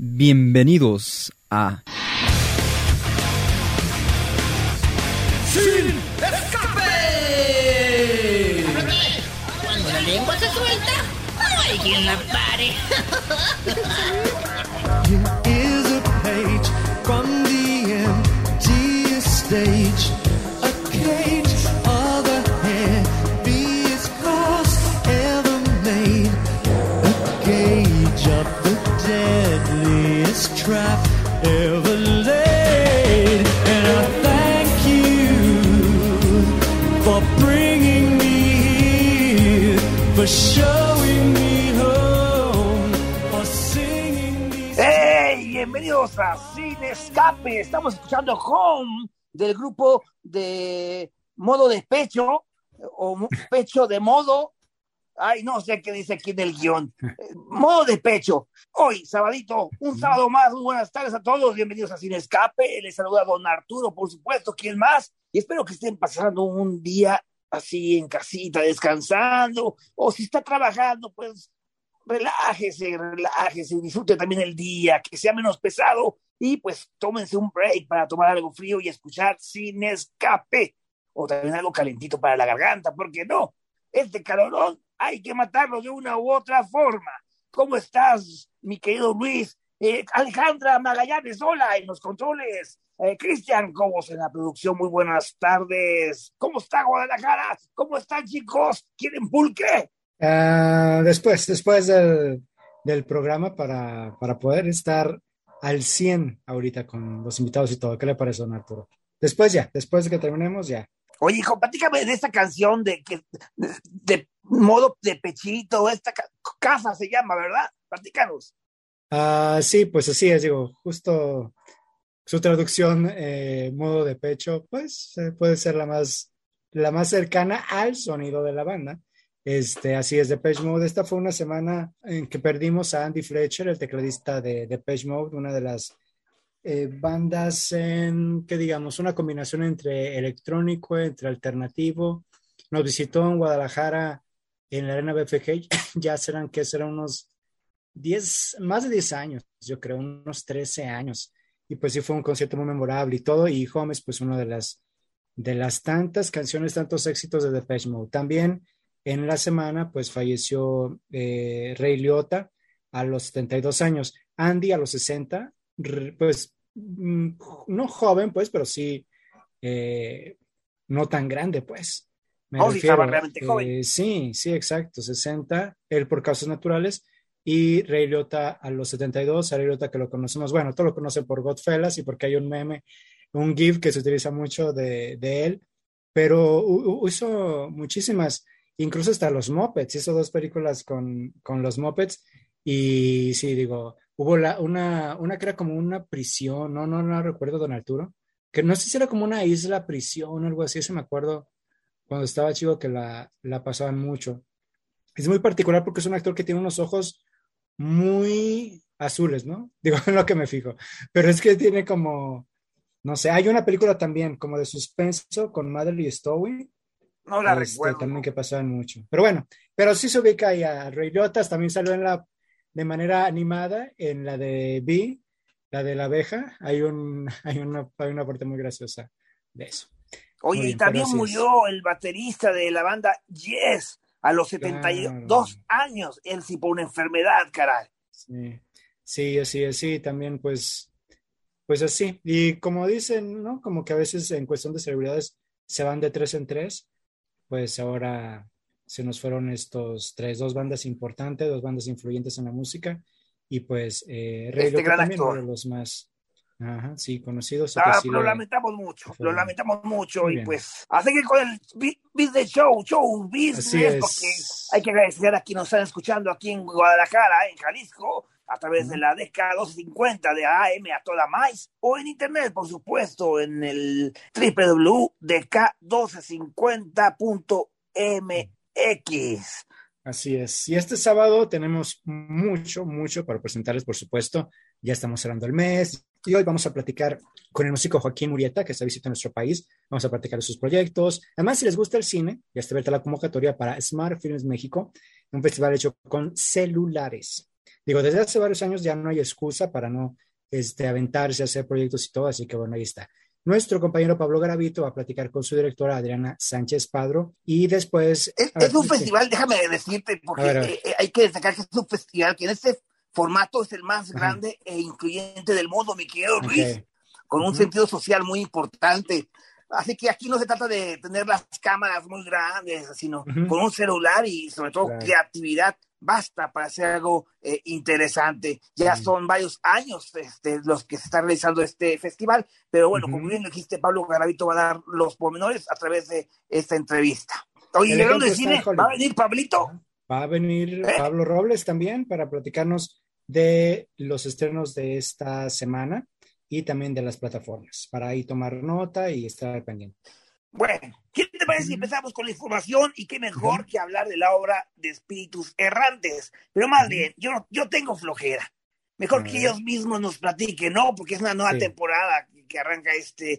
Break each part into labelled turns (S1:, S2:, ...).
S1: Bienvenidos a
S2: ¡Sin Escape!
S3: Cuando la lengua se suelta, no hay quien la pare.
S2: Is a page from the empty stage, a cage of the heaviest cross ever made, a cage of the deadliest trap ever laid. And I thank you for bringing me here, for showing me home, for singing these.
S4: ¡Hey! Bienvenidos a Sin Escape. Estamos escuchando Home del grupo de Modo Despecho o Pecho de Modo. Ay, no sé qué dice aquí en el guión. Modo Despecho. Hoy, sabadito, un sábado más. Muy buenas tardes a todos. Bienvenidos a Sin Escape. Les saluda don Arturo, por supuesto. ¿Quién más? Y espero que estén pasando un día así en casita, descansando. O si está trabajando, pues relájese, disfrute también el día, que sea menos pesado y pues tómense un break para tomar algo frío y escuchar Sin Escape, o también algo calentito para la garganta, porque no, este calorón hay que matarlo de una u otra forma. ¿Cómo estás, mi querido Luis? Alejandra Magallanes, hola, en los controles. Cristian Cobos en la producción, muy buenas tardes. ¿Cómo está Guadalajara? ¿Cómo están, chicos? ¿Quieren pulque?
S5: Después del programa para poder estar al 100 ahorita con los invitados y todo. ¿Qué le parece, don Arturo? Después de que terminemos, ya.
S4: Oye, hijo, platícame de esta canción de modo de pechito, esta casa se llama, ¿verdad? Platícanos.
S5: Sí, pues así es, digo, justo su traducción, modo de pecho, pues puede ser la más cercana al sonido de la banda. Así es, Depeche Mode. Esta fue una semana en que perdimos a Andy Fletcher, el tecladista de Depeche Mode, una de las bandas que digamos, una combinación entre electrónico, entre alternativo. Nos visitó en Guadalajara en la Arena BFG, ya serán unos más de 10 años, yo creo, unos 13 años. Y pues sí fue un concierto muy memorable y todo, y Home es pues una de las tantas canciones, tantos éxitos de Depeche Mode. También en la semana, pues falleció Ray Liotta a los 72 años. Andy a los 60, pues no joven, pues, pero sí no tan grande, pues. Me refiero,
S4: estaba realmente joven.
S5: Sí, exacto, 60, él por causas naturales, y Ray Liotta a los 72, a Ray Liotta que lo conocemos, bueno, todos lo conocen por Godfellas y porque hay un meme, un GIF que se utiliza mucho de él, pero hizo muchísimas. Incluso hasta los Muppets, hizo 2 películas con los Muppets, y sí, digo, hubo una que era como una prisión, no recuerdo, don Arturo, que no sé si era como una isla prisión o algo así, se me acuerdo cuando estaba chico que la pasaban mucho. Es muy particular porque es un actor que tiene unos ojos muy azules, ¿no? Digo, en lo que me fijo, pero es que tiene como, no sé, hay una película también como de suspenso con Madeleine Stowe.
S4: No la recuerdo.
S5: También que pasaban mucho. Pero bueno, pero sí se ubica ahí a Ray Liotta, también salió de manera animada en la de Vi, la de la abeja. Hay una parte muy graciosa de eso.
S4: Oye, y también murió el baterista de la banda Yes a los 72 años. Él sí por una enfermedad, caray.
S5: Sí, también pues así. Y como dicen, ¿no? Como que a veces en cuestión de celebridades se van de 3 en 3. Pues ahora se nos fueron estos 2 bandas importantes, 2 bandas influyentes en la música, y pues Ray Liotta también uno de los más conocidos.
S4: Lo lamentamos mucho, y pues así que con el business show business, porque hay que agradecer a quienes nos están escuchando aquí en Guadalajara, en Jalisco, a través de la DK1250 de AM a toda más, o en internet, por supuesto, en el www.dk1250.mx.
S5: Así es. Y este sábado tenemos mucho para presentarles, por supuesto. Ya estamos cerrando el mes y hoy vamos a platicar con el músico Joaquín Murieta, que está visitando nuestro país. Vamos a platicar de sus proyectos. Además, si les gusta el cine, ya está abierta la convocatoria para Smart Films México, un festival hecho con celulares. digo, desde hace varios años ya no hay excusa para no aventarse a hacer proyectos y todo, así que bueno, ahí está. Nuestro compañero Pablo Garavito va a platicar con su directora Adriana Sánchez Padro y después...
S4: Es un festival, déjame decirte, porque
S5: a ver.
S4: hay que destacar que es un festival que en este formato es el más
S5: Ajá.
S4: grande e incluyente del mundo, mi querido Luis,
S5: Okay.
S4: con un sentido social muy importante. Así que aquí no se trata de tener las cámaras muy grandes, sino con un celular y sobre todo creatividad basta para hacer algo interesante. Ya son varios años los que se está realizando este festival, pero bueno, como bien lo dijiste, Pablo Garavito va a dar los pormenores a través de esta entrevista. Oye, hablando de cine, ¿va a venir Pablito?
S5: Va a venir Pablo Robles también para platicarnos de los estrenos de esta semana y también de las plataformas, para ahí tomar nota y estar pendiente.
S4: Bueno, ¿qué te parece si empezamos con la información? Y qué mejor que hablar de la obra de Espíritus Errantes. Pero más bien, yo tengo flojera. Mejor que ellos mismos nos platiquen, ¿no? Porque es una nueva temporada que arranca este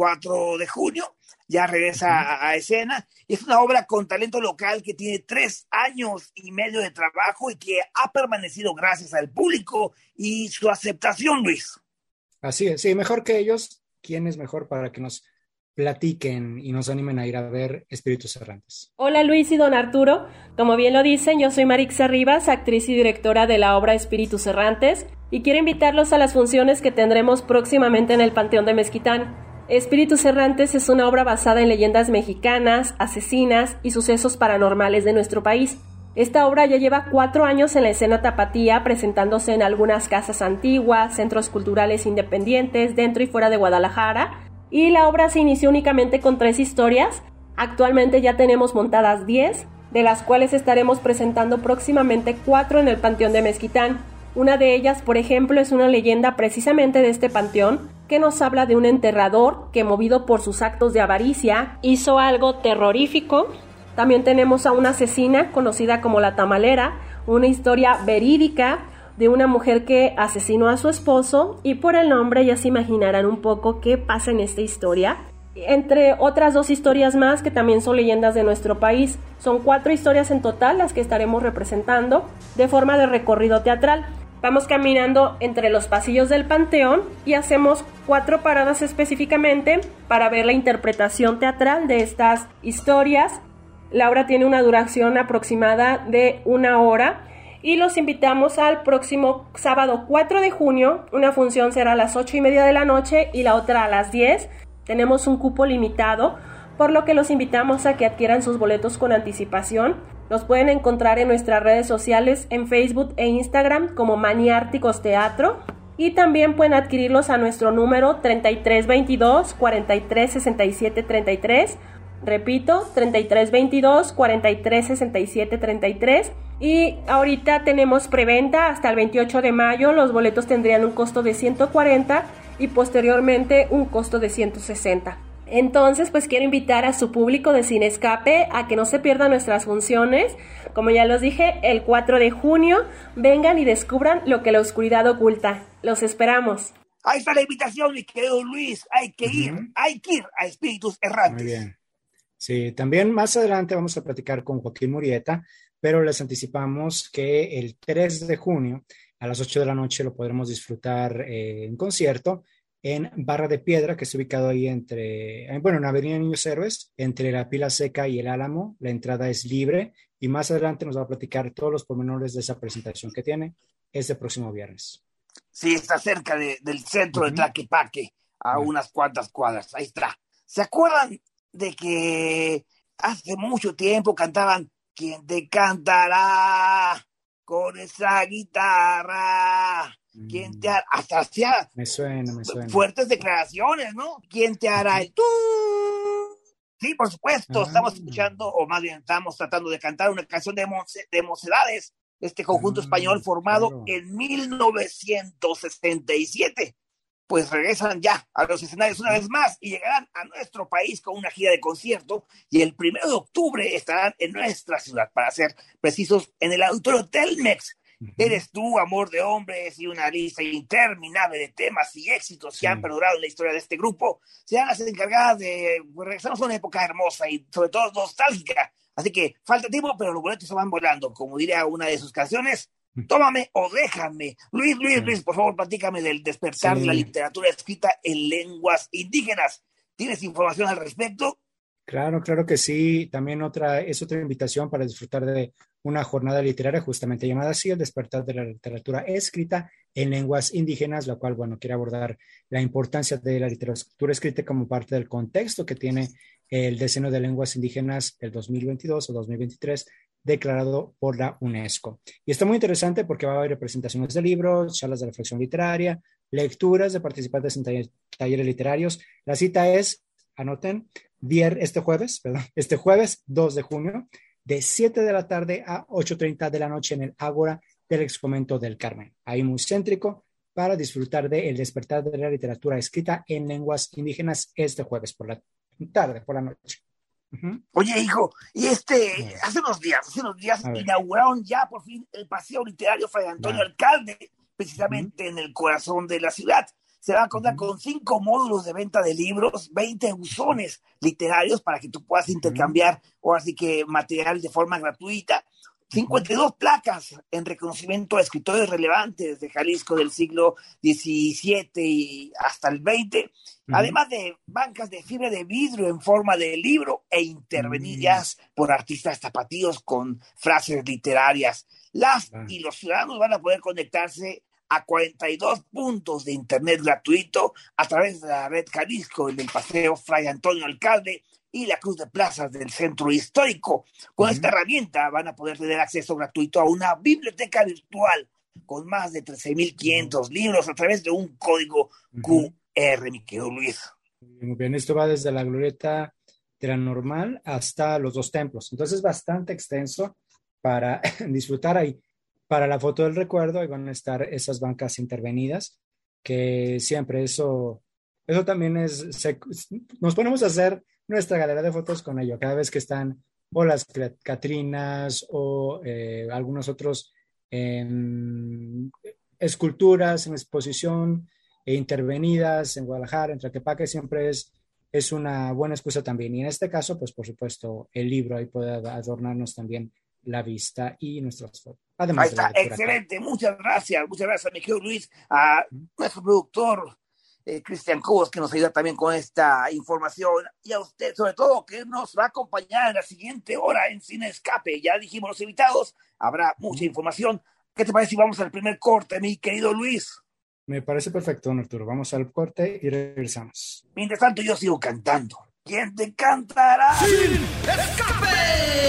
S4: 4 de junio. Ya regresa a escena. Es una obra con talento local que tiene 3 años y medio de trabajo y que ha permanecido gracias al público y su aceptación, Luis.
S5: Así es, sí, mejor que ellos. ¿Quién es mejor para que nos platiquen y nos animen a ir a ver Espíritus Errantes?
S1: Hola Luis y don Arturo, como bien lo dicen, yo soy Marixa Rivas, actriz y directora de la obra Espíritus Errantes, y quiero invitarlos a las funciones que tendremos próximamente en el Panteón de Mezquitán. Espíritus Errantes es una obra basada en leyendas mexicanas, asesinas y sucesos paranormales de nuestro país. Esta obra ya lleva 4 años en la escena tapatía, presentándose en algunas casas antiguas, centros culturales independientes, dentro y fuera de Guadalajara, y la obra se inició únicamente con 3 historias. Actualmente ya tenemos montadas 10, de las cuales estaremos presentando próximamente 4 en el Panteón de Mezquitán. Una de ellas, por ejemplo, es una leyenda precisamente de este panteón, que nos habla de un enterrador que, movido por sus actos de avaricia, hizo algo terrorífico. También tenemos a una asesina conocida como la Tamalera, una historia verídica de una mujer que asesinó a su esposo, y por el nombre ya se imaginarán un poco qué pasa en esta historia. Entre otras 2 historias más que también son leyendas de nuestro país. Son 4 historias en total las que estaremos representando de forma de recorrido teatral. Vamos caminando entre los pasillos del panteón y hacemos 4 paradas específicamente para ver la interpretación teatral de estas historias. La obra tiene una duración aproximada de 1 hora. Y los invitamos al próximo sábado 4 de junio. Una función será a las 8:30 de la noche y la otra a las 10. Tenemos un cupo limitado, por lo que los invitamos a que adquieran sus boletos con anticipación. Los pueden encontrar en nuestras redes sociales, en Facebook e Instagram como Maniárticos Teatro. Y también pueden adquirirlos a nuestro número 3322 43 67 33. Repito, 3322 43 67 33. Y ahorita tenemos preventa hasta el 28 de mayo. Los boletos tendrían un costo de 140 y posteriormente un costo de 160. Entonces, pues quiero invitar a su público de Cine Escape a que no se pierdan nuestras funciones. Como ya los dije, el 4 de junio, vengan y descubran lo que la oscuridad oculta. Los esperamos.
S4: Ahí está la invitación, mi querido Luis. Hay que ir a Espíritus Errantes.
S5: Muy bien. Sí, también más adelante vamos a platicar con Joaquín Murieta, pero les anticipamos que el 3 de junio a las 8 de la noche lo podremos disfrutar en concierto en Barra de Piedra, que está ubicado ahí en Avenida Niños Héroes, entre la Pila Seca y el Álamo. La entrada es libre y más adelante nos va a platicar todos los pormenores de esa presentación que tiene este próximo viernes.
S4: Sí, está cerca del centro de Tlaquepaque, a unas cuantas cuadras. Ahí está. ¿Se acuerdan de que hace mucho tiempo cantaban ¿Quién te cantará con esa guitarra? ¿Quién te hará? Hasta hacía
S5: Me suena.
S4: fuertes declaraciones, ¿no? ¿Quién te hará el tú? Sí, por supuesto, estamos escuchando, o más bien estamos tratando de cantar una canción de Mocedades, este conjunto español formado en 1967. Pues regresan ya a los escenarios una vez más y llegarán a nuestro país con una gira de concierto, y el 1 de octubre estarán en nuestra ciudad, para ser precisos, en el Auditorio Telmex. Eres tú, Amor de Hombres, y una lista interminable de temas y éxitos que han perdurado en la historia de este grupo serán las encargadas de regresarnos a una época hermosa y sobre todo nostálgica. Así que falta tiempo, pero los boletos se van volando. Como diría una de sus canciones, Tómame o déjame. Luis, por favor, platícame del despertar de la literatura escrita en lenguas indígenas. ¿Tienes información al respecto?
S5: Claro que sí. También es otra invitación para disfrutar de una jornada literaria justamente llamada así, el despertar de la literatura escrita en lenguas indígenas, la cual, bueno, quiere abordar la importancia de la literatura escrita como parte del contexto que tiene el Decenio de Lenguas Indígenas del 2022 o 2023, declarado por la UNESCO. Y está muy interesante porque va a haber presentaciones de libros, charlas de reflexión literaria, lecturas de participantes en talleres literarios. La cita es, anoten, este jueves 2 de junio, de 7 de la tarde a 8:30 de la noche en el Ágora del Exconvento del Carmen. Ahí muy céntrico para disfrutar de El despertar de la literatura escrita en lenguas indígenas este jueves por la tarde, por la noche.
S4: Oye, hijo, y hace unos días inauguraron ya por fin el Paseo Literario Fray Antonio Alcalde, precisamente en el corazón de la ciudad. Se va a contar con 5 módulos de venta de libros, 20 buzones literarios para que tú puedas intercambiar, o así que material de forma gratuita, 52 placas en reconocimiento a escritores relevantes de Jalisco del siglo XVII y hasta el XX, además de bancas de fibra de vidrio en forma de libro e intervenidas por artistas tapatíos con frases literarias. Y los ciudadanos van a poder conectarse a 42 puntos de internet gratuito a través de la red Jalisco, el del Paseo Fray Antonio Alcalde y la Cruz de Plazas del Centro Histórico. Con esta herramienta van a poder tener acceso gratuito a una biblioteca virtual con más de 13,500 libros a través de un código QR, mi querido Luis.
S5: Muy bien, esto va desde la glorieta de la Normal hasta los 2 templos. Entonces es bastante extenso para disfrutar ahí. Para la foto del recuerdo, ahí van a estar esas bancas intervenidas, que siempre eso también nos ponemos a hacer nuestra galería de fotos con ello, cada vez que están o las Catrinas o algunos otros esculturas en exposición intervenidas en Guadalajara, en Tlaquepaque, siempre es una buena excusa también. Y en este caso, pues por supuesto, el libro ahí puede adornarnos también la vista y nuestras fotos. Además
S4: ahí está, excelente. Muchas gracias, mi querido Luis, a nuestro productor Cristian Cobos, que nos ayuda también con esta información, y a usted, sobre todo, que nos va a acompañar en la siguiente hora en Sin Escape. Ya dijimos los invitados, habrá mucha información. ¿Qué te parece si vamos al primer corte, mi querido Luis?
S5: Me parece perfecto, don Arturo. Vamos al corte y regresamos.
S4: Mientras tanto, yo sigo cantando. ¿Quién te cantará?
S2: ¡Sin Escape!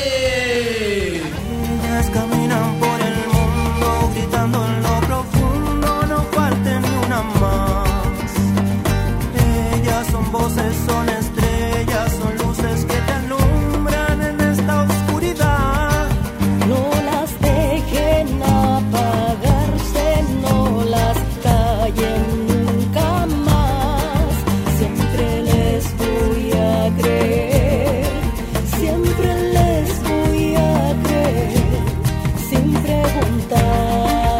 S6: Ellas caminan por el mundo gritando en lo profundo, no falte ni una más. Ellas son voces, son estrellas, son luces que te alumbran en esta oscuridad.
S7: No las dejen apagarse, no las callen nunca más. Siempre les voy a creer, siempre les voy a creer, sin preguntar.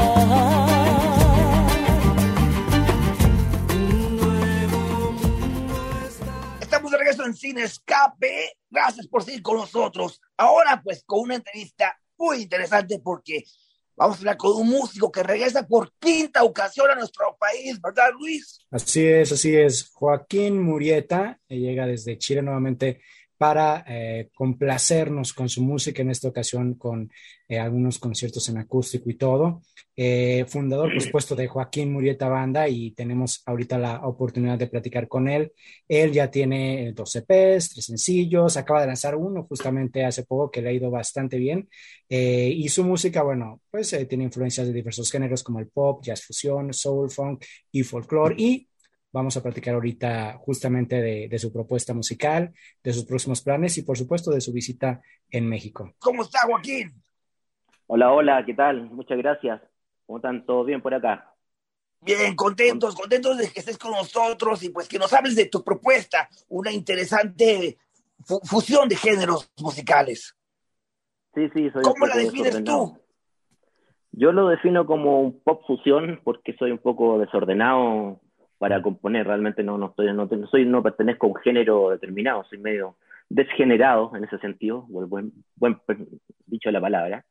S4: Estamos de regreso en Sin Escape. Gracias por seguir con nosotros. Ahora, pues, con una entrevista muy interesante, porque vamos a hablar con un músico que regresa por 5ª ocasión a nuestro país, ¿verdad, Luis?
S5: Así es. Joaquín Murieta llega desde Chile nuevamente para complacernos con su música, en esta ocasión con algunos conciertos en acústico y todo. Fundador, por supuesto, de Joaquín Murieta Banda, y tenemos ahorita la oportunidad de platicar con él. Él ya tiene 2 EPs, 3 sencillos, acaba de lanzar uno justamente hace poco que le ha ido bastante bien, y su música, bueno, pues tiene influencias de diversos géneros como el pop, jazz fusión, soul, funk y folclore, y vamos a platicar ahorita justamente de su propuesta musical, de sus próximos planes y, por supuesto, de su visita en México.
S4: ¿Cómo está, Joaquín?
S8: Hola, ¿qué tal? Muchas gracias. ¿Cómo están? ¿Todo bien por acá?
S4: Bien, contentos de que estés con nosotros y pues que nos hables de tu propuesta, una interesante fusión de géneros musicales.
S8: Sí, soy.
S4: ¿Cómo la defines tú?
S8: Yo lo defino como un pop fusión porque soy un poco desordenado para componer. Realmente no pertenezco a un género determinado, soy medio desgenerado en ese sentido, buen dicho la palabra.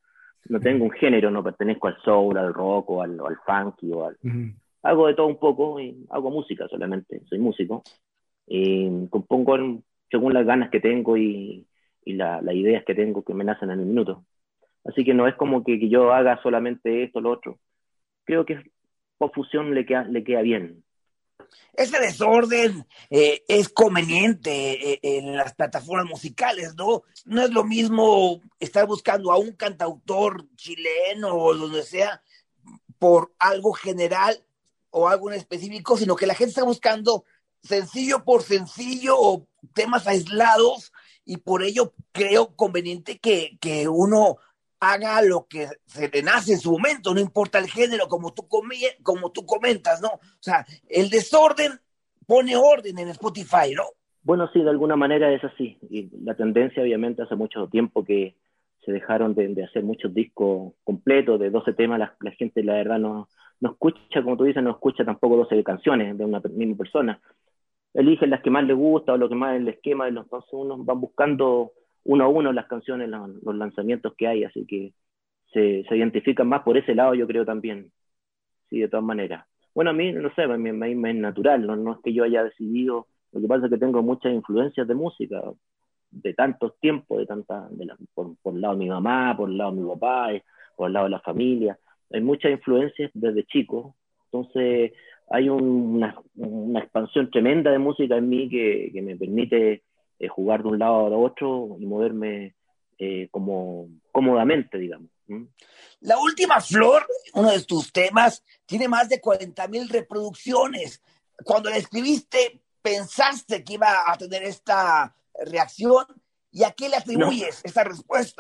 S8: no tengo un género, no pertenezco al soul, al rock o al funky
S5: Ujú.
S8: hago de todo un poco y hago música solamente, soy músico y compongo según las ganas que tengo y las ideas que tengo que me nacen en el minuto. Así que no es como que yo haga solamente esto o lo otro. Creo que pop fusión le queda bien.
S4: Ese desorden es conveniente en las plataformas musicales, ¿no? No es lo mismo estar buscando a un cantautor chileno o donde sea por algo general o algo en específico, sino que la gente está buscando sencillo por sencillo o temas aislados y por ello creo conveniente que uno haga lo que se le nace en su momento, no importa el género, como tú comentas, ¿no? O sea, el desorden pone orden en Spotify, ¿no?
S8: Bueno, sí, de alguna manera es así. Y la tendencia, obviamente, hace mucho tiempo que se dejaron de hacer muchos discos completos de 12 temas. La gente, la verdad, no escucha, como tú dices, no escucha tampoco 12 canciones de una misma persona. Eligen las que más les gusta o lo que más les quema, entonces uno van buscando uno a uno las canciones, los lanzamientos que hay, así que se identifican más por ese lado, yo creo también, sí, de todas maneras. Bueno, a mí, no sé, me es natural, no es que yo haya decidido, lo que pasa es que tengo muchas influencias de música, de tantos tiempos, por el lado de mi mamá, por el lado de mi papá, por el lado de la familia, hay muchas influencias desde chico, entonces hay una expansión tremenda de música en mí que me permite jugar de un lado a otro y moverme como cómodamente, digamos.
S4: La última flor, uno de tus temas, tiene más de 40,000 reproducciones. Cuando la escribiste, ¿pensaste que iba a tener esta reacción? ¿Y a qué le atribuyes esta respuesta?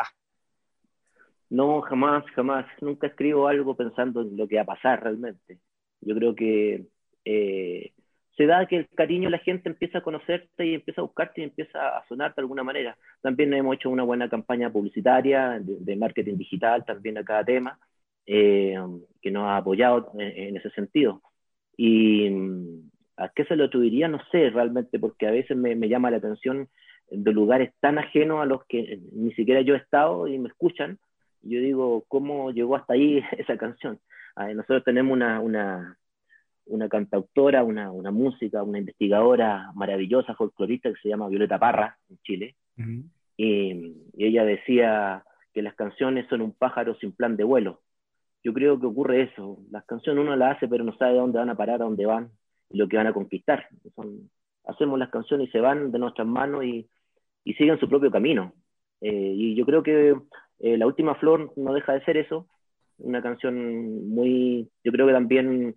S8: No, jamás. Nunca escribo algo pensando en lo que va a pasar realmente. Yo creo que se da que el cariño de la gente empieza a conocerte y empieza a buscarte y empieza a sonar de alguna manera. También hemos hecho una buena campaña publicitaria de marketing digital también a cada tema, que nos ha apoyado en ese sentido. Y ¿a qué se lo atribuiría? No sé realmente, porque a veces me llama la atención de lugares tan ajenos a los que ni siquiera yo he estado y me escuchan. Yo digo, ¿cómo llegó hasta ahí esa canción? Nosotros tenemos una cantautora, una música, una investigadora maravillosa, folclorista, que se llama Violeta Parra, en Chile. Uh-huh. Y ella decía que las canciones son un pájaro sin plan de vuelo. Yo creo que ocurre eso. Las canciones uno las hace, pero no sabe dónde van a parar, a dónde van, y lo que van a conquistar. Hacemos las canciones y se van de nuestras manos y siguen su propio camino. Y yo creo que La Última Flor no deja de ser eso. Una canción yo creo que también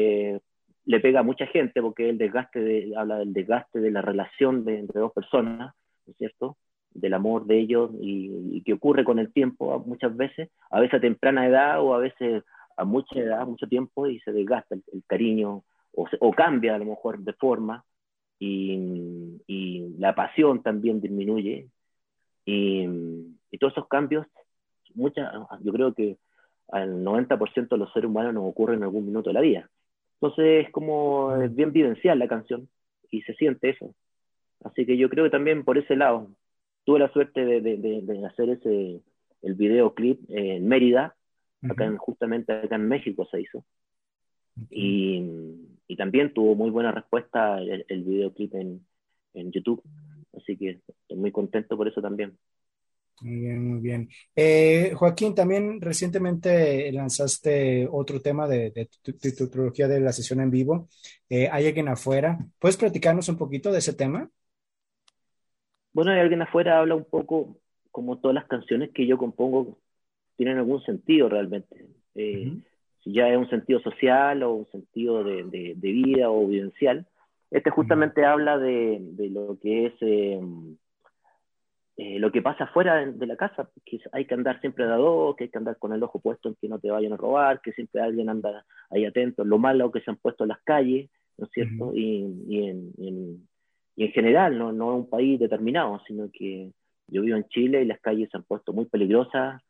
S8: le pega a mucha gente porque habla del desgaste de la relación entre dos personas, ¿no es cierto? Del amor de ellos y que ocurre con el tiempo muchas veces, a veces a temprana edad o a veces a mucha edad, mucho tiempo, y se desgasta el cariño o cambia a lo mejor de forma y la pasión también disminuye y todos esos cambios, yo creo que al 90% de los seres humanos nos ocurre en algún minuto de la vida. Entonces es como bien vivencial la canción y se siente eso. Así que yo creo que también por ese lado tuve la suerte de hacer el videoclip en Mérida, justamente acá en México se hizo. Y también tuvo muy buena respuesta el videoclip en YouTube. Así que estoy muy contento por eso también.
S5: Muy bien. Joaquín, también recientemente lanzaste otro tema de tu trilogía de la sesión en vivo, Hay alguien afuera. ¿Puedes platicarnos un poquito de ese tema?
S8: Bueno, Hay alguien afuera habla un poco, como todas las canciones que yo compongo, tienen algún sentido realmente. Si ya es un sentido social o un sentido de vida o vivencial. Este justamente habla de lo que es... lo que pasa fuera de la casa, que hay que andar siempre de a dos, que hay que andar con el ojo puesto en que no te vayan a robar, que siempre alguien anda ahí atento, lo malo que se han puesto en las calles, ¿no es cierto? Uh-huh. Y en general, no es un país determinado, sino que yo vivo en Chile y las calles se han puesto muy peligrosas,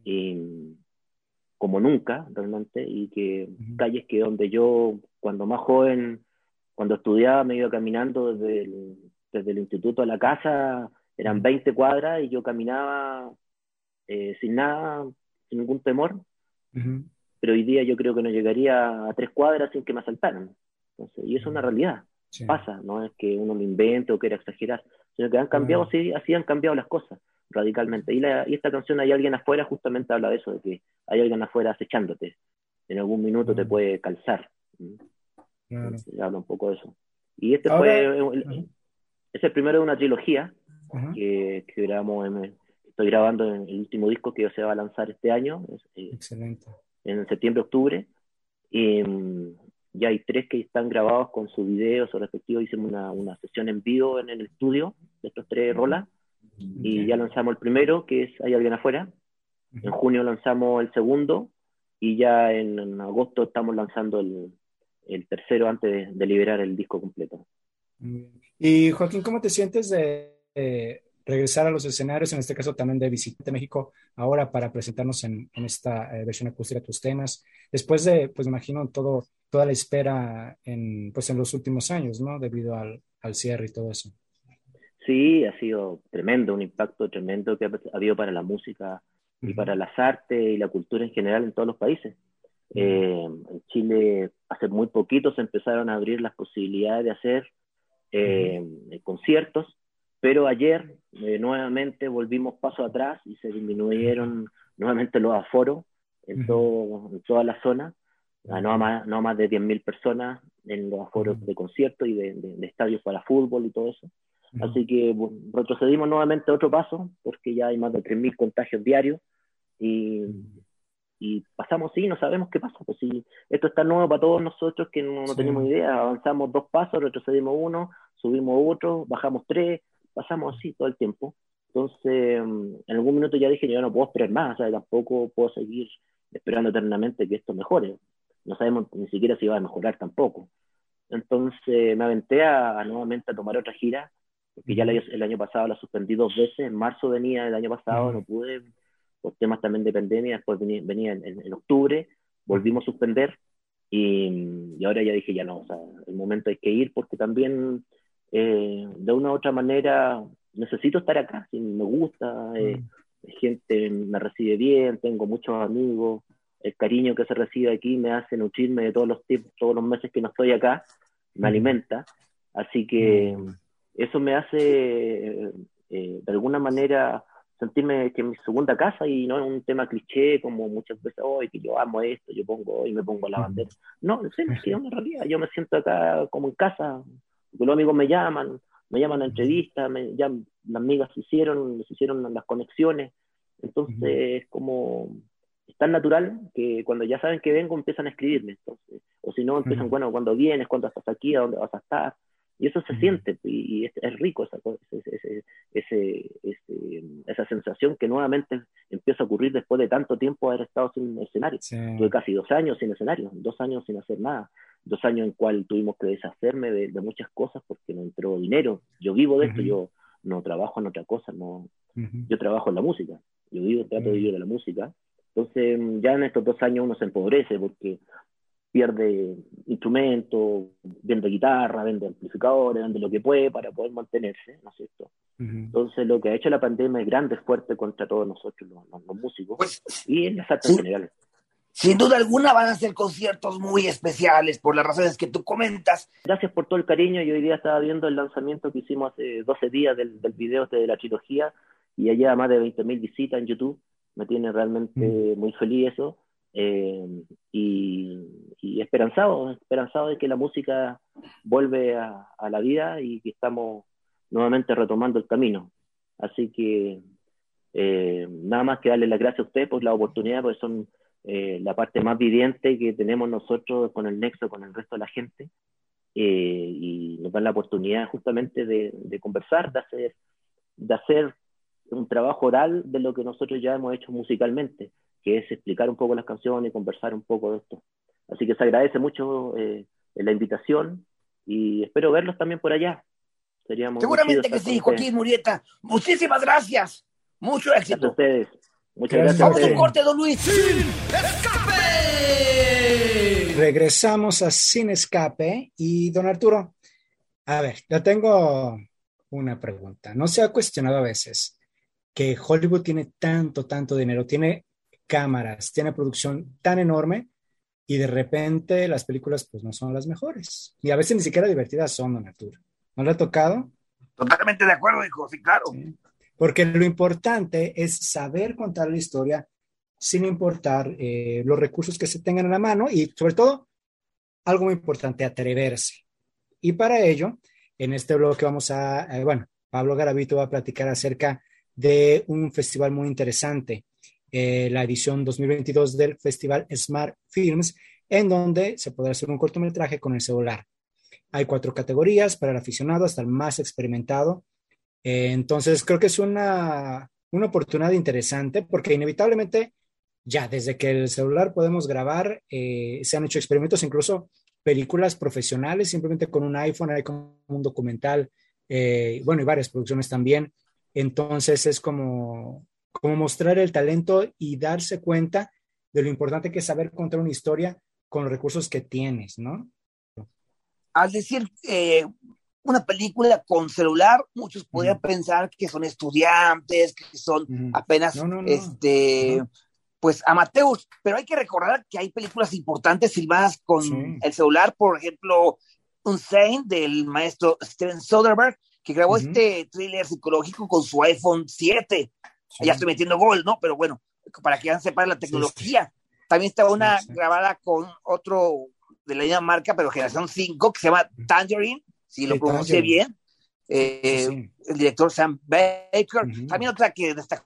S8: como nunca realmente, y que uh-huh. calles que donde yo, cuando más joven, cuando estudiaba, me iba caminando desde el instituto a la casa. Eran 20 cuadras y yo caminaba sin nada, sin ningún temor,
S5: Ujú.
S8: pero hoy día yo creo que no llegaría a 3 cuadras sin que me asaltaran. Entonces, y eso es una realidad,
S5: Sí.
S8: pasa, no es que uno lo invente o quiera exagerar, sino que han cambiado, sí, así han cambiado las cosas radicalmente. Y esta canción, Hay alguien afuera, justamente habla de eso, de que hay alguien afuera acechándote, en algún minuto te puede calzar.
S5: Claro.
S8: Entonces, habla un poco de eso. Y este
S5: Ahora,
S8: es el primero de una trilogía
S5: ajá,
S8: que grabamos, estoy grabando en el último disco que se va a lanzar este año,
S5: excelente.
S8: en septiembre, octubre. Y ya hay 3 que están grabados con su video, su respectivo. Hicimos una sesión en vivo en el estudio de estos 3 rolas. Y ya lanzamos el primero, que es Hay alguien afuera. En junio lanzamos el segundo. Y ya en agosto estamos lanzando el tercero antes de liberar el disco completo.
S5: Y Joaquín, ¿cómo te sientes de regresar a los escenarios, en este caso también de visitarte México ahora para presentarnos en esta versión acústica de tus temas, después de, pues imagino, toda la espera en los últimos años, ¿no? Debido al cierre y todo eso.
S8: Sí, ha sido tremendo, un impacto tremendo que ha habido para la música y para las artes y la cultura en general en todos los países. En Chile hace muy poquito se empezaron a abrir las posibilidades de hacer conciertos, pero ayer nuevamente volvimos paso atrás y se disminuyeron nuevamente los aforos en toda la zona, no a más de 10.000 personas en los aforos de conciertos y de estadios para fútbol y todo eso. Así que retrocedimos nuevamente otro paso, porque ya hay más de 3.000 contagios diarios, y pasamos, sí, no sabemos qué pasa, pues sí, esto está nuevo para todos nosotros que no tenemos idea, avanzamos 2 pasos, retrocedimos 1, subimos otro, bajamos 3, pasamos así todo el tiempo. Entonces, en algún minuto ya dije, yo no puedo esperar más, o sea, tampoco puedo seguir esperando eternamente que esto mejore, no sabemos ni siquiera si va a mejorar tampoco. Entonces me aventé nuevamente a tomar otra gira, porque ya el año pasado la suspendí 2 veces, en marzo venía el año pasado, no pude, por temas también de pandemia, después venía en octubre, volvimos a suspender, y ahora ya dije, ya no, o sea, el momento hay que ir, porque también de una u otra manera necesito estar acá, si me gusta, la gente me recibe bien, tengo muchos amigos, el cariño que se recibe aquí me hace nutrirme de todos los meses que no estoy acá, me alimenta, así que eso me hace de alguna manera sentirme que es mi segunda casa, y no es un tema cliché como muchas veces, hoy que yo amo esto, yo pongo hoy, me pongo la bandera. No, es que es una realidad, yo me siento acá como en casa, porque los amigos me llaman a entrevistas, ya las amigas se hicieron las conexiones, entonces es como, es tan natural que cuando ya saben que vengo empiezan a escribirme, entonces, o si no empiezan, bueno, cuando vienes, cuando estás aquí, a dónde vas a estar, y eso se siente, y es rico esa sensación que nuevamente empieza a ocurrir después de tanto tiempo haber estado sin escenario. Tuve casi 2 años sin escenario, 2 años sin hacer nada, 2 años en cual tuvimos que deshacerme de muchas cosas porque no entró dinero. Yo vivo de esto, yo no trabajo en otra cosa, yo trabajo en la música, trato de vivir de la música. Entonces ya en estos 2 años uno se empobrece porque pierde instrumentos, vende guitarra, vende amplificadores, vende lo que puede para poder mantenerse, ¿no es cierto? Entonces lo que ha hecho la pandemia es grande, fuerte contra todos nosotros los músicos, pues, y en las artes en general.
S4: Sin duda alguna van a ser conciertos muy especiales por las razones que tú comentas.
S8: Gracias por todo el cariño. Yo hoy día estaba viendo el lanzamiento que hicimos hace 12 días del video de la trilogía, y ya lleva más de 20.000 visitas en YouTube. Me tiene realmente muy feliz eso. Y esperanzado de que la música vuelve a la vida y que estamos nuevamente retomando el camino. Así que nada más que darle las gracias a ustedes por la oportunidad, porque son la parte más viviente que tenemos nosotros con el nexo con el resto de la gente, y nos dan la oportunidad justamente de conversar, de hacer un trabajo oral de lo que nosotros ya hemos hecho musicalmente, que es explicar un poco las canciones y conversar un poco de esto. Así que se agradece mucho la invitación, y espero verlos también por allá.
S4: Seguramente que sí, Joaquín Murrieta. Muchísimas gracias. Mucho éxito.
S8: Gracias a ustedes. Muchas gracias.
S4: Vamos a un corte, don Luis.
S2: ¡Sin escape!
S5: Regresamos a Sin Escape. Y don Arturo, a ver, yo tengo una pregunta. ¿No se ha cuestionado a veces que Hollywood tiene tanto dinero, tiene cámaras, tiene producción tan enorme y de repente las películas pues no son las mejores. Y a veces ni siquiera divertidas son, don Arturo. ¿No le ha tocado?
S4: Totalmente de acuerdo, hijo, sí, claro.
S5: Sí. Porque lo importante es saber contar la historia sin importar los recursos que se tengan en la mano y sobre todo, algo muy importante, atreverse. Y para ello, en este bloque bueno, Pablo Garavito va a platicar acerca de un festival muy interesante, la edición 2022 del Festival Smart Films, en donde se podrá hacer un cortometraje con el celular. Hay 4 categorías para el aficionado hasta el más experimentado. Entonces, creo que es una oportunidad interesante porque inevitablemente ya desde que el celular podemos grabar, se han hecho experimentos, incluso películas profesionales, simplemente con un iPhone, hay como un documental, bueno, y varias producciones también. Entonces es como mostrar el talento y darse cuenta de lo importante que es saber contar una historia con los recursos que tienes, ¿no?
S4: Al decir una película con celular, muchos podrían pensar que son estudiantes, que son apenas
S5: No.
S4: pues amateurs, pero hay que recordar que hay películas importantes filmadas con el celular, por ejemplo, Unsane del maestro Steven Soderbergh, que grabó este thriller psicológico con su iPhone 7. Sí. Ya estoy metiendo gol, ¿no? Pero bueno, para que ya sepan la tecnología. También estaba una grabada con otro de la misma marca, pero generación 5, que se llama Tangerine, si lo pronuncié bien. El director Sam Baker. También otra que destacó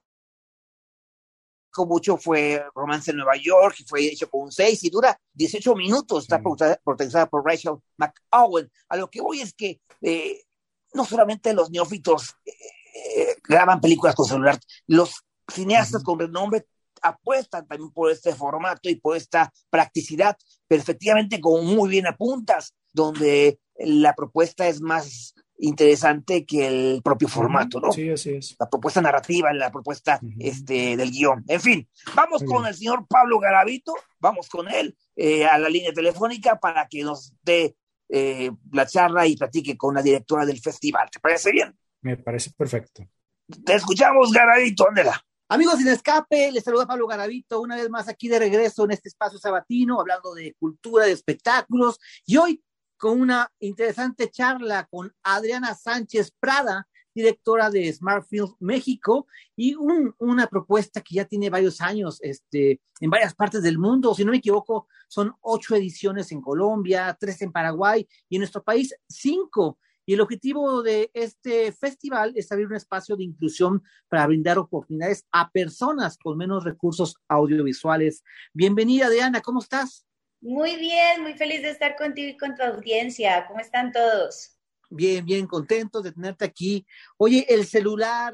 S4: mucho fue Romance en Nueva York, y fue hecho con un 6 y dura 18 minutos. Está protagonizada por Rachel McAdams. A lo que voy es que no solamente los neófitos graban películas con celular, los cineastas con renombre apuestan también por este formato y por esta practicidad, pero efectivamente, como muy bien apuntas, donde la propuesta es más interesante que el propio formato, ¿no?
S5: Sí, así es.
S4: La propuesta narrativa, la propuesta del guión. En fin, vamos con el señor Pablo Garavito, vamos con él a la línea telefónica para que nos dé la charla y platique con la directora del festival. ¿Te parece bien?
S5: Me parece perfecto.
S4: Te escuchamos, Garavito, ándela.
S9: Amigos sin escape, les saluda Pablo Garavito, una vez más aquí de regreso en este espacio sabatino, hablando de cultura, de espectáculos, y hoy con una interesante charla con Adriana Sánchez Prada, directora de Smart Films México, y una propuesta que ya tiene varios años en varias partes del mundo. Si no me equivoco, son 8 ediciones en Colombia, 3 en Paraguay, y en nuestro país 5. Y el objetivo de este festival es abrir un espacio de inclusión para brindar oportunidades a personas con menos recursos audiovisuales. Bienvenida, Adriana, ¿cómo estás?
S10: Muy bien, muy feliz de estar contigo y con tu audiencia. ¿Cómo están todos?
S9: Bien, bien, contentos de tenerte aquí. Oye, el celular,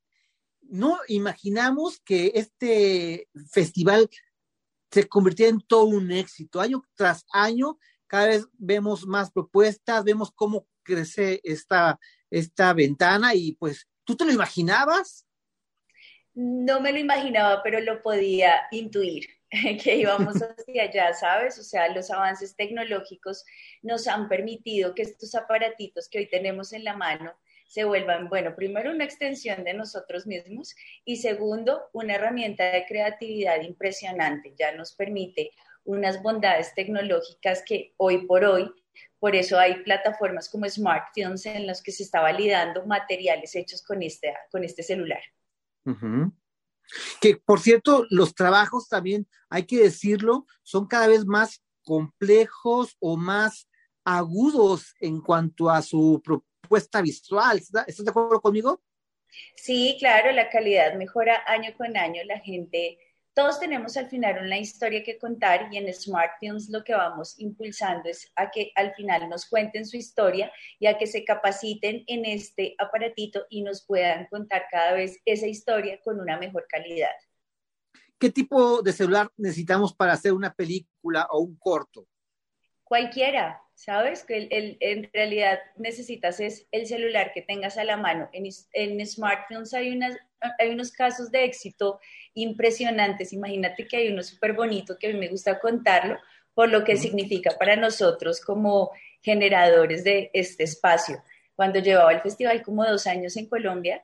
S9: no imaginamos que este festival se convirtiera en todo un éxito. Año tras año, cada vez vemos más propuestas, vemos cómo crece esta ventana y pues, ¿tú te lo imaginabas?
S10: No me lo imaginaba, pero lo podía intuir, que íbamos hacia allá, ¿sabes? O sea, los avances tecnológicos nos han permitido que estos aparatitos que hoy tenemos en la mano se vuelvan, bueno, primero una extensión de nosotros mismos y segundo, una herramienta de creatividad impresionante. Ya nos permite unas bondades tecnológicas que hoy por hoy, por eso hay plataformas como Smart Films en las que se está validando materiales hechos con este celular.
S9: Uh-huh. Que, por cierto, los trabajos también, hay que decirlo, son cada vez más complejos o más agudos en cuanto a su propuesta visual. ¿Estás de acuerdo conmigo?
S10: Sí, claro, la calidad mejora año con año. La gente, todos tenemos al final una historia que contar y en Smart Films lo que vamos impulsando es a que al final nos cuenten su historia y a que se capaciten en este aparatito y nos puedan contar cada vez esa historia con una mejor calidad.
S9: ¿Qué tipo de celular necesitamos para hacer una película o un corto?
S10: Cualquiera, ¿sabes? Que en realidad necesitas es el celular que tengas a la mano. En Smart Films hay unos casos de éxito impresionantes. Imagínate que hay uno súper bonito que a mí me gusta contarlo por lo que significa para nosotros como generadores de este espacio. Cuando llevaba el festival como 2 años en Colombia,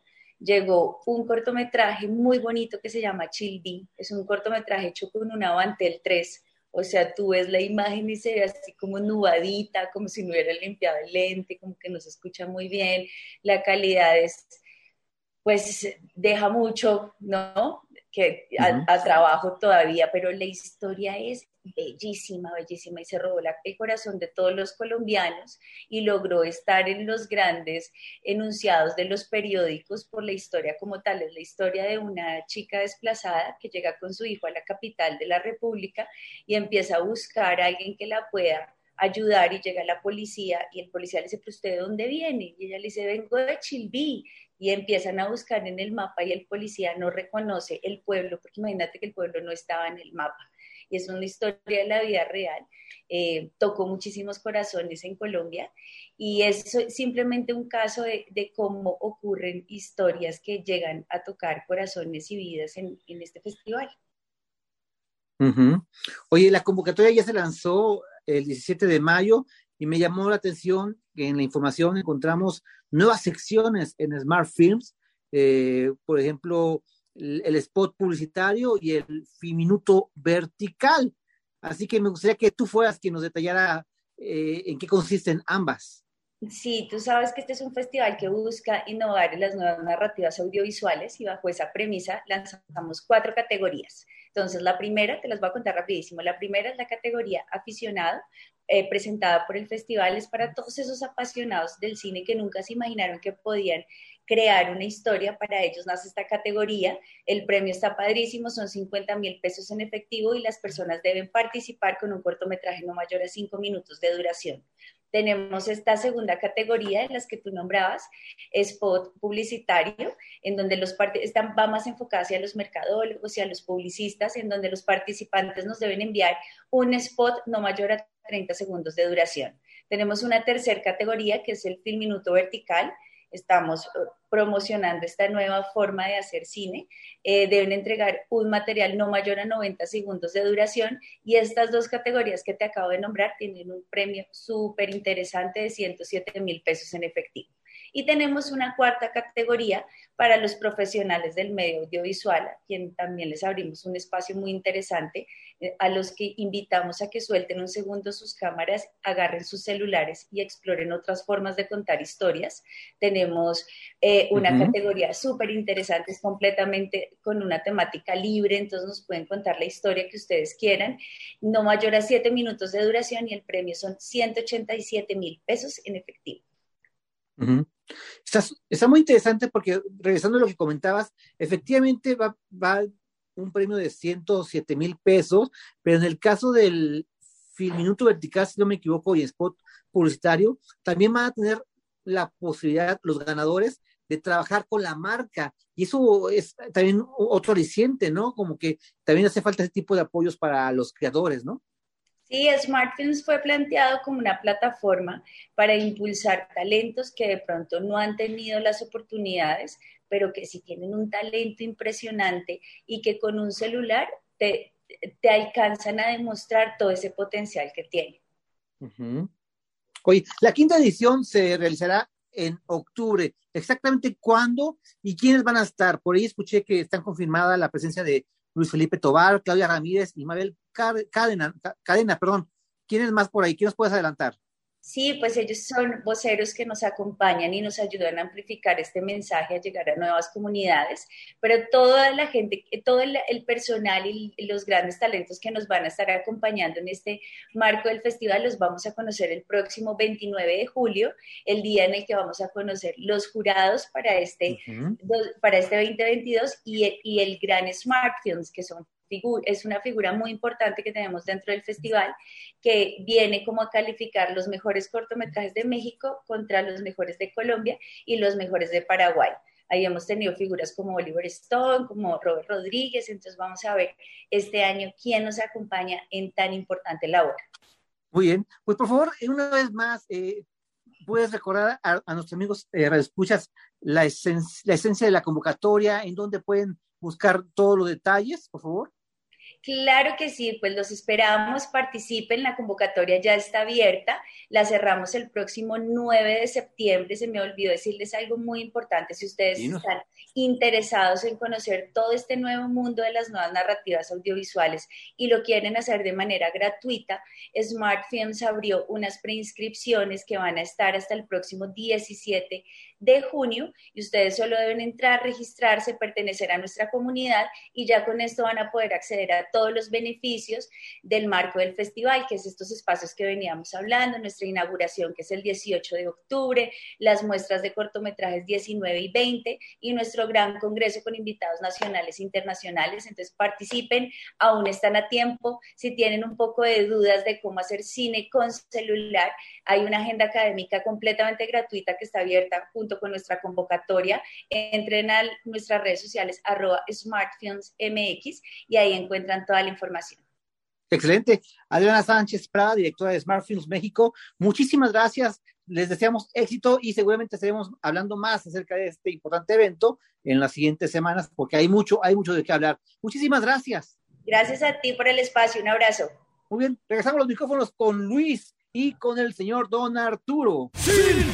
S10: llegó un cortometraje muy bonito que se llama Chilby. Es un cortometraje hecho con una Avantel 3. O sea, tú ves la imagen y se ve así como nubadita, como si no hubiera limpiado el lente, como que no se escucha muy bien. La calidad es, pues, deja mucho, ¿no? Que a trabajo todavía, pero la historia es bellísima, bellísima, y se robó el corazón de todos los colombianos y logró estar en los grandes enunciados de los periódicos por la historia como tal. Es la historia de una chica desplazada que llega con su hijo a la capital de la República y empieza a buscar a alguien que la pueda ayudar, y llega la policía y el policía le dice, ¿pero usted de dónde viene? Y ella le dice, vengo de Chilbí. Y empiezan a buscar en el mapa y el policía no reconoce el pueblo, porque imagínate que el pueblo no estaba en el mapa. Y es una historia de la vida real. Tocó muchísimos corazones en Colombia, y es simplemente un caso de cómo ocurren historias que llegan a tocar corazones y vidas en este festival.
S9: Oye, la convocatoria ya se lanzó el 17 de mayo y me llamó la atención que en la información encontramos nuevas secciones en Smart Films, por ejemplo, el spot publicitario y el Fiminuto vertical. Así que me gustaría que tú fueras quien nos detallara en qué consisten ambas.
S10: Sí, tú sabes que este es un festival que busca innovar en las nuevas narrativas audiovisuales, y bajo esa premisa lanzamos 4 categorías. Entonces, la primera, te las voy a contar rapidísimo, la primera es la categoría aficionado, presentada por el festival. Es para todos esos apasionados del cine que nunca se imaginaron que podían crear una historia. Para ellos nace esta categoría. El premio está padrísimo, son 50,000 pesos en efectivo, y las personas deben participar con un cortometraje no mayor a 5 minutos de duración. Tenemos esta segunda categoría en las que tú nombrabas, spot publicitario, en donde va más enfocada hacia los mercadólogos y a los publicistas, en donde los participantes nos deben enviar un spot no mayor a 30 segundos de duración. Tenemos una tercera categoría que es el Filminuto vertical. Estamos promocionando esta nueva forma de hacer cine. Deben entregar un material no mayor a 90 segundos de duración, y estas 2 categorías que te acabo de nombrar tienen un premio súper interesante de 107,000 pesos en efectivo. Y tenemos una cuarta categoría para los profesionales del medio audiovisual, a quien también les abrimos un espacio muy interesante, a los que invitamos a que suelten un segundo sus cámaras, agarren sus celulares y exploren otras formas de contar historias. Tenemos una categoría súper interesante, es completamente con una temática libre, entonces nos pueden contar la historia que ustedes quieran, no mayor a 7 minutos de duración, y el premio son 187,000 pesos en efectivo.
S9: Está muy interesante porque, regresando a lo que comentabas, efectivamente va un premio de 107,000 pesos, pero en el caso del Filminuto vertical, si no me equivoco, y spot publicitario, también van a tener la posibilidad los ganadores de trabajar con la marca, y eso es también otro aliciente, ¿no? Como que también hace falta ese tipo de apoyos para los creadores, ¿no?
S10: Sí, Smart Films fue planteado como una plataforma para impulsar talentos que de pronto no han tenido las oportunidades, pero que sí tienen un talento impresionante y que con un celular te alcanzan a demostrar todo ese potencial que tienen.
S9: Oye, la 5ª edición se realizará en octubre. ¿Exactamente cuándo y quiénes van a estar? Por ahí escuché que están confirmada la presencia de Luis Felipe Tobar, Claudia Ramírez y Mabel Cadena. ¿Quiénes más por ahí? ¿Quién nos puedes adelantar?
S10: Sí, pues ellos son voceros que nos acompañan y nos ayudan a amplificar este mensaje, a llegar a nuevas comunidades, pero toda la gente, todo el personal y los grandes talentos que nos van a estar acompañando en este marco del festival los vamos a conocer el próximo 29 de julio, el día en el que vamos a conocer los jurados para este 2022 y el gran Smart Films, que es una figura muy importante que tenemos dentro del festival, que viene como a calificar los mejores cortometrajes de México contra los mejores de Colombia y los mejores de Paraguay. Ahí hemos tenido figuras como Oliver Stone, como Robert Rodríguez, entonces vamos a ver este año quién nos acompaña en tan importante labor.
S9: Muy bien, pues por favor, una vez más, ¿puedes recordar a nuestros amigos radioescuchas la esencia de la convocatoria, en dónde pueden buscar todos los detalles, por favor?
S10: Claro que sí, pues los esperamos, participen, la convocatoria ya está abierta, la cerramos el próximo 9 de septiembre, se me olvidó decirles algo muy importante, si ustedes están interesados en conocer todo este nuevo mundo de las nuevas narrativas audiovisuales y lo quieren hacer de manera gratuita, Smart Films abrió unas preinscripciones que van a estar hasta el próximo 17 de junio y ustedes solo deben entrar, registrarse, pertenecer a nuestra comunidad y ya con esto van a poder acceder a todos los beneficios del marco del festival, que es estos espacios que veníamos hablando, nuestra inauguración que es el 18 de octubre, las muestras de cortometrajes 19 y 20 y nuestro gran congreso con invitados nacionales e internacionales. Entonces participen, aún están a tiempo. Si tienen un poco de dudas de cómo hacer cine con celular, hay una agenda académica completamente gratuita que está abierta junto con nuestra convocatoria. Entren a nuestras redes sociales @smartfilmsmx y ahí encuentran toda la información.
S9: Excelente. Adriana Sánchez Prada, directora de Smart Films México, muchísimas gracias. Les deseamos éxito y seguramente estaremos hablando más acerca de este importante evento en las siguientes semanas porque hay mucho de qué hablar. Muchísimas gracias.
S10: Gracias a ti por el espacio. Un abrazo.
S9: Muy bien, regresamos los micrófonos con Luis y con el señor Don Arturo.
S2: ¡Sin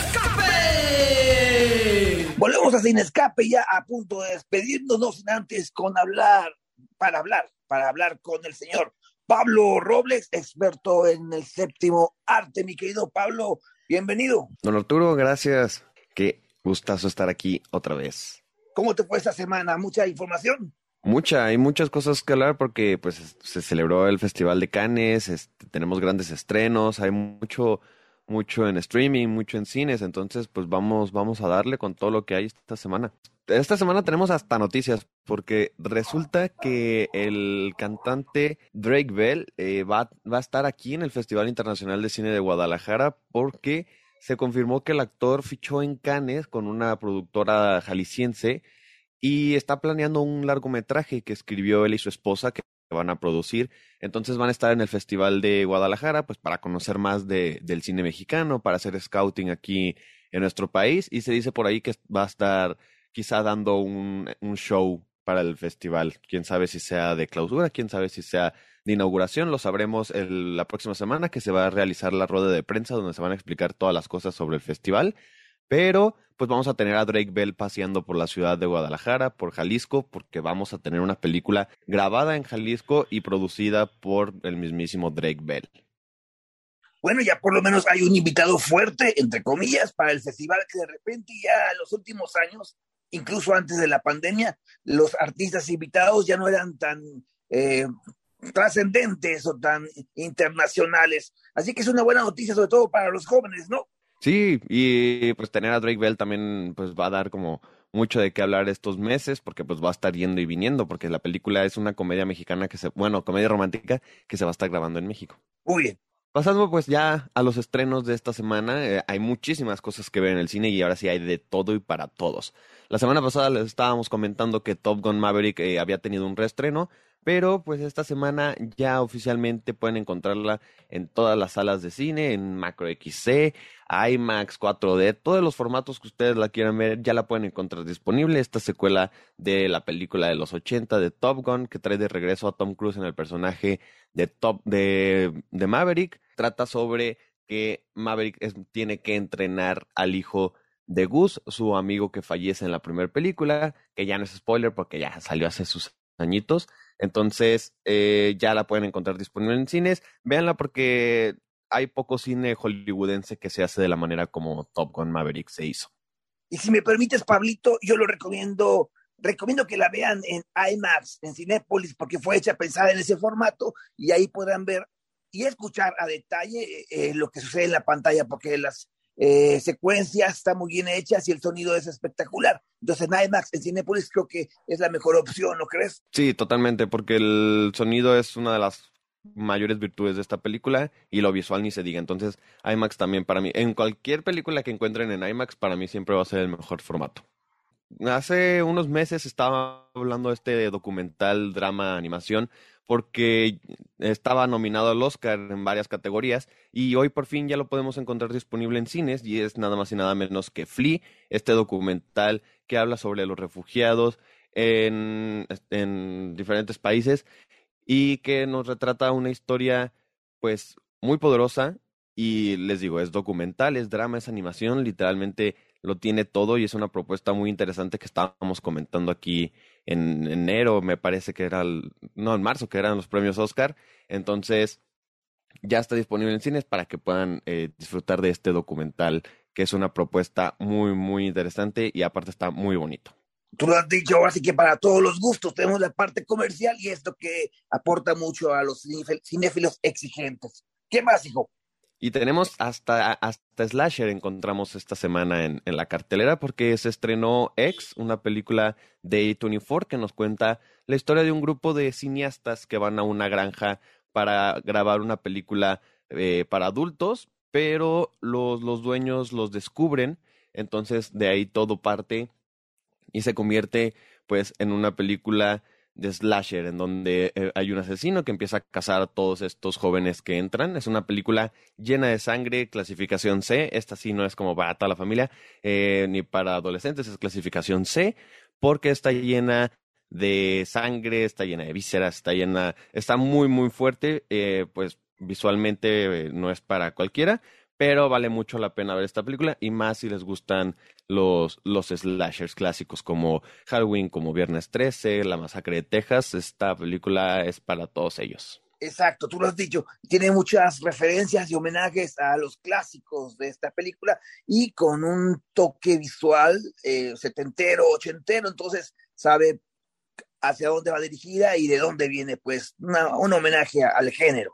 S2: escape!
S4: Volvemos a Sin Escape, ya a punto de despedirnos, no sin antes para hablar con el señor Pablo Robles, experto en el séptimo arte. Mi querido Pablo, bienvenido.
S11: Don Arturo, gracias. Qué gustazo estar aquí otra vez.
S4: ¿Cómo te fue esta semana? ¿Mucha información?
S11: Hay muchas cosas que hablar porque pues se celebró el Festival de Cannes, tenemos grandes estrenos, hay mucho en streaming, mucho en cines, entonces pues vamos a darle con todo lo que hay esta semana. Esta semana tenemos hasta noticias, porque resulta que el cantante Drake Bell va a estar aquí en el Festival Internacional de Cine de Guadalajara, porque se confirmó que el actor fichó en Cannes con una productora jalisciense y está planeando un largometraje que escribió él y su esposa que van a producir. Entonces van a estar en el Festival de Guadalajara pues para conocer más del cine mexicano, para hacer scouting aquí en nuestro país, y se dice por ahí que va a estar quizá dando un show para el festival. Quién sabe si sea de clausura, quién sabe si sea de inauguración. Lo sabremos la próxima semana, que se va a realizar la rueda de prensa donde se van a explicar todas las cosas sobre el festival. Pero pues vamos a tener a Drake Bell paseando por la ciudad de Guadalajara, por Jalisco, porque vamos a tener una película grabada en Jalisco y producida por el mismísimo Drake Bell.
S4: Bueno, ya por lo menos hay un invitado fuerte, entre comillas, para el festival, que de repente ya en los últimos años, incluso antes de la pandemia, los artistas invitados ya no eran tan trascendentes o tan internacionales. Así que es una buena noticia, sobre todo para los jóvenes, ¿no?
S11: Sí, y pues tener a Drake Bell también pues va a dar como mucho de qué hablar estos meses, porque pues va a estar yendo y viniendo, porque la película es una comedia mexicana comedia romántica que se va a estar grabando en México.
S4: Muy bien.
S11: Pasando pues ya a los estrenos de esta semana, hay muchísimas cosas que ver en el cine y ahora sí hay de todo y para todos. La semana pasada les estábamos comentando que Top Gun Maverick había tenido un reestreno, pero pues esta semana ya oficialmente pueden encontrarla en todas las salas de cine, en Macro XC, IMAX, 4D, todos los formatos que ustedes la quieran ver ya la pueden encontrar disponible. Esta secuela de la película de los 80 de Top Gun, que trae de regreso a Tom Cruise en el personaje de Maverick, trata sobre que Maverick tiene que entrenar al hijo de Gus, su amigo que fallece en la primera película, que ya no es spoiler porque ya salió hace sus añitos. Entonces ya la pueden encontrar disponible en cines. Véanla porque hay poco cine hollywoodense que se hace de la manera como Top Gun Maverick se hizo.
S4: Y si me permites, Pablito, yo lo recomiendo que la vean en IMAX, en Cinépolis, porque fue hecha pensada en ese formato y ahí podrán ver y escuchar a detalle lo que sucede en la pantalla, porque las secuencias están muy bien hechas y el sonido es espectacular. Entonces en IMAX, en Cinépolis, creo que es la mejor opción, ¿no crees?
S11: Sí, totalmente, porque el sonido es una de las mayores virtudes de esta película y lo visual ni se diga. Entonces IMAX también para mí, en cualquier película que encuentren en IMAX, para mí siempre va a ser el mejor formato. Hace unos meses estaba hablando de este documental drama animación porque estaba nominado al Oscar en varias categorías y hoy por fin ya lo podemos encontrar disponible en cines y es nada más y nada menos que Flea, este documental que habla sobre los refugiados en diferentes países y que nos retrata una historia pues muy poderosa y les digo, es documental, es drama, es animación, literalmente lo tiene todo y es una propuesta muy interesante que estábamos comentando aquí en enero, me parece que era, no, en marzo, que eran los premios Oscar. Entonces ya está disponible en cines para que puedan disfrutar de este documental, que es una propuesta muy, muy interesante y aparte está muy bonito.
S4: Tú lo has dicho, ahora sí que para todos los gustos tenemos la parte comercial y esto que aporta mucho a los cinéfilos exigentes. ¿Qué más, hijo?
S11: Y tenemos hasta Slasher encontramos esta semana en la cartelera porque se estrenó X, una película de A24 que nos cuenta la historia de un grupo de cineastas que van a una granja para grabar una película para adultos, pero los dueños los descubren, entonces de ahí todo parte y se convierte pues en una película de slasher, en donde hay un asesino que empieza a cazar a todos estos jóvenes que entran. Es una película llena de sangre, clasificación C. Esta sí no es como para toda la familia, ni para adolescentes, es clasificación C, porque está llena de sangre, está llena de vísceras, está muy, muy fuerte, pues visualmente no es para cualquiera, pero vale mucho la pena ver esta película, y más si les gustan los slashers clásicos como Halloween, como Viernes 13, La Masacre de Texas. Esta película es para todos ellos.
S4: Exacto, tú lo has dicho, tiene muchas referencias y homenajes a los clásicos de esta película y con un toque visual setentero, ochentero, entonces sabe hacia dónde va dirigida y de dónde viene, pues, un homenaje al género.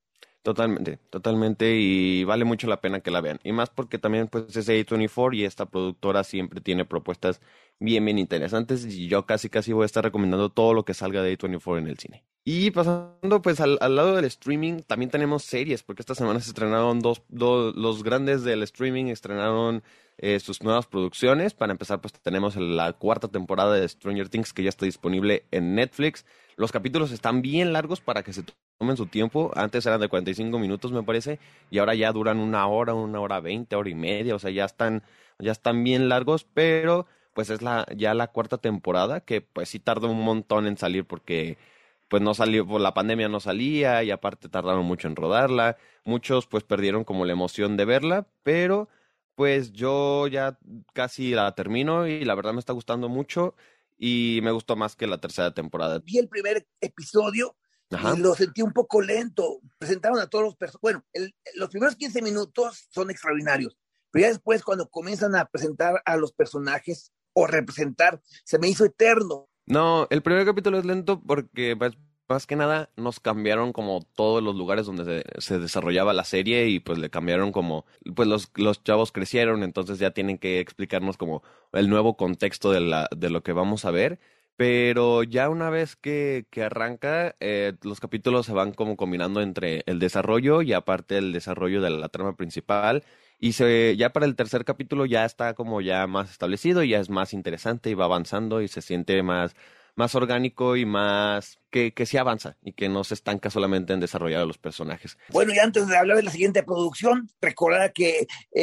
S11: Totalmente, y vale mucho la pena que la vean. Y más porque también pues es A24 y esta productora siempre tiene propuestas bien, bien interesantes, y yo casi voy a estar recomendando todo lo que salga de A24 en el cine. Y pasando pues al lado del streaming, también tenemos series, porque esta semana se estrenaron los grandes del streaming estrenaron sus nuevas producciones. Para empezar, pues tenemos la 4ª temporada de Stranger Things, que ya está disponible en Netflix. Los capítulos están bien largos para que se tomen su tiempo. Antes eran de 45 minutos, me parece, y ahora ya duran 1 hora 20, hora y media. O sea, ya están bien largos, pero pues es ya la 4ª temporada, que pues sí tardó un montón en salir porque pues no salió, por la pandemia no salía, y aparte tardaron mucho en rodarla. Muchos pues perdieron como la emoción de verla, pero pues yo ya casi la termino y la verdad me está gustando mucho y me gustó más que la 3ª temporada.
S4: Vi el primer episodio. Ajá. Y lo sentí un poco lento. Presentaron a todos los personajes. Bueno, los primeros 15 minutos son extraordinarios, pero ya después cuando comienzan a presentar a los personajes o representar, se me hizo eterno.
S11: No, el primer capítulo es lento porque pues, más que nada nos cambiaron como todos los lugares donde se desarrollaba la serie, y pues le cambiaron como, pues los chavos crecieron, entonces ya tienen que explicarnos como el nuevo contexto de lo que vamos a ver. Pero ya una vez que arranca, los capítulos se van como combinando entre el desarrollo y aparte el desarrollo de la trama principal. Y ya para el 3er capítulo ya está como ya más establecido, ya es más interesante y va avanzando y se siente más orgánico y más que sí avanza y que no se estanca solamente en desarrollar a los personajes.
S4: Bueno, y antes de hablar de la siguiente producción, recordar que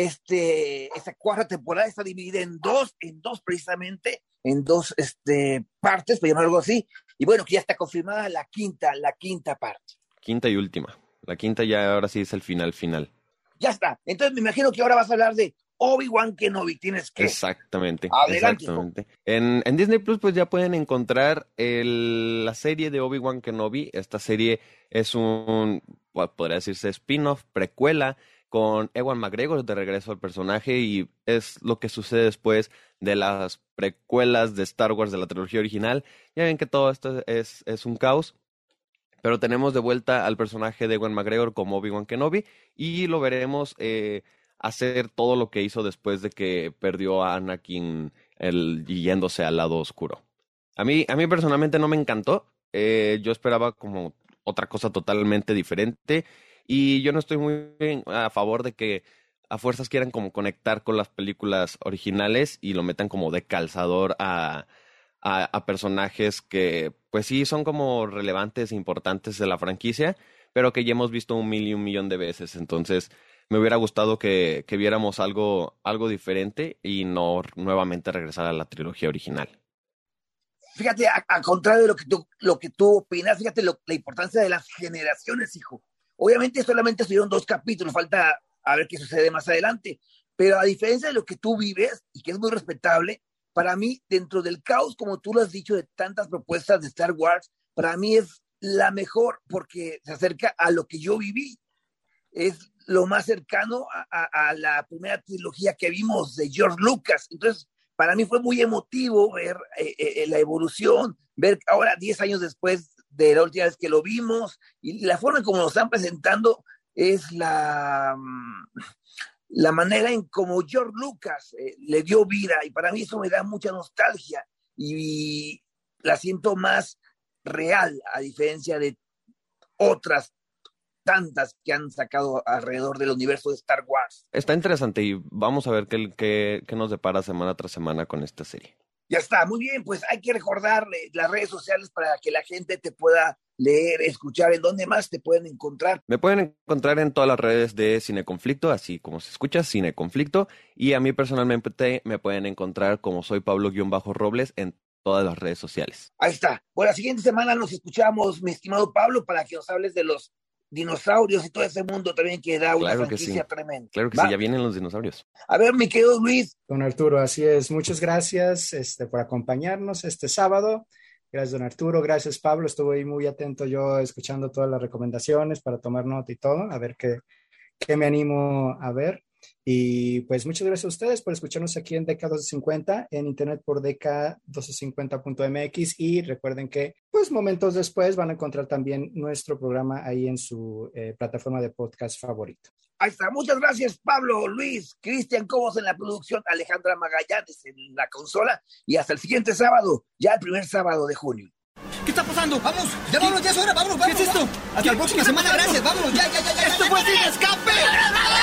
S4: esta 4ª temporada está dividida en dos precisamente, en dos partes, por llamarlo algo así, y bueno, que ya está confirmada la quinta parte.
S11: Quinta y última. La quinta ya ahora sí es el final.
S4: Ya está. Entonces me imagino que ahora vas a hablar de Obi-Wan Kenobi. Tienes que...
S11: Exactamente.
S4: Adelante.
S11: Exactamente. En Disney Plus pues ya pueden encontrar la serie de Obi-Wan Kenobi. Esta serie es podría decirse spin-off, precuela, con Ewan McGregor de regreso al personaje, y es lo que sucede después de las precuelas de Star Wars de la trilogía original. Ya ven que todo esto es un caos, pero tenemos de vuelta al personaje de Ewan McGregor como Obi-Wan Kenobi, y lo veremos hacer todo lo que hizo después de que perdió a Anakin y yéndose al lado oscuro. A mí personalmente no me encantó. Yo esperaba como otra cosa totalmente diferente, y yo no estoy muy a favor de que a fuerzas quieran como conectar con las películas originales y lo metan como de calzador a personajes que pues sí son como relevantes e importantes de la franquicia, pero que ya hemos visto 1,000,000 de veces. Entonces me hubiera gustado que viéramos algo diferente y no nuevamente regresar a la trilogía original.
S4: fíjate, a contrario de lo que tú opinas, fíjate la importancia de las generaciones, hijo. Obviamente solamente estuvieron 2 capítulos, falta a ver qué sucede más adelante, pero a diferencia de lo que tú vives, y que es muy respetable, para mí, dentro del caos, como tú lo has dicho, de tantas propuestas de Star Wars, para mí es la mejor porque se acerca a lo que yo viví. Es lo más cercano a la primera trilogía que vimos de George Lucas. Entonces, para mí fue muy emotivo ver la evolución, ver ahora 10 años después de la última vez que lo vimos, y la forma en como lo están presentando es la manera en como George Lucas le dio vida, y para mí eso me da mucha nostalgia y la siento más real, a diferencia de otras tantas que han sacado alrededor del universo de Star Wars.
S11: Está interesante y vamos a ver qué nos depara semana tras semana con esta serie.
S4: Ya está, muy bien, pues hay que recordar las redes sociales para que la gente te pueda leer, escuchar. ¿En dónde más te pueden encontrar?
S11: Me pueden encontrar en todas las redes de Cineconflicto, así como se escucha, Cineconflicto, y a mí personalmente me pueden encontrar como soy Pablo-Robles en todas las redes sociales.
S4: Ahí está. Bueno, la siguiente semana nos escuchamos, mi estimado Pablo, para que nos hables de los dinosaurios y todo ese mundo también que da una franquicia tremenda.
S11: Claro que sí, ya vienen los dinosaurios.
S4: A ver, mi querido Luis.
S5: Don Arturo, así es. Muchas gracias por acompañarnos este sábado. Gracias, don Arturo. Gracias, Pablo. Estuve muy atento yo escuchando todas las recomendaciones para tomar nota y todo, a ver qué me animo a ver. Y pues muchas gracias a ustedes por escucharnos aquí en DK1250, en internet por dk1250.mx, y recuerden que pues momentos después van a encontrar también nuestro programa ahí en su plataforma de podcast favorito.
S4: Ahí está, muchas gracias Pablo, Luis, Cristian Cobos en la producción, Alejandra Magallanes en la consola, y hasta el siguiente sábado, ya el primer sábado de junio.
S2: ¿Qué está pasando? ¡Vamos! ¡Ya vámonos! ¡Ya es hora! ¡Vámonos! ¿Qué es esto? ¡Hasta la próxima semana! ¡Gracias! ¡Vámonos! ¡Ya! ¡Esto fue Sin Escape!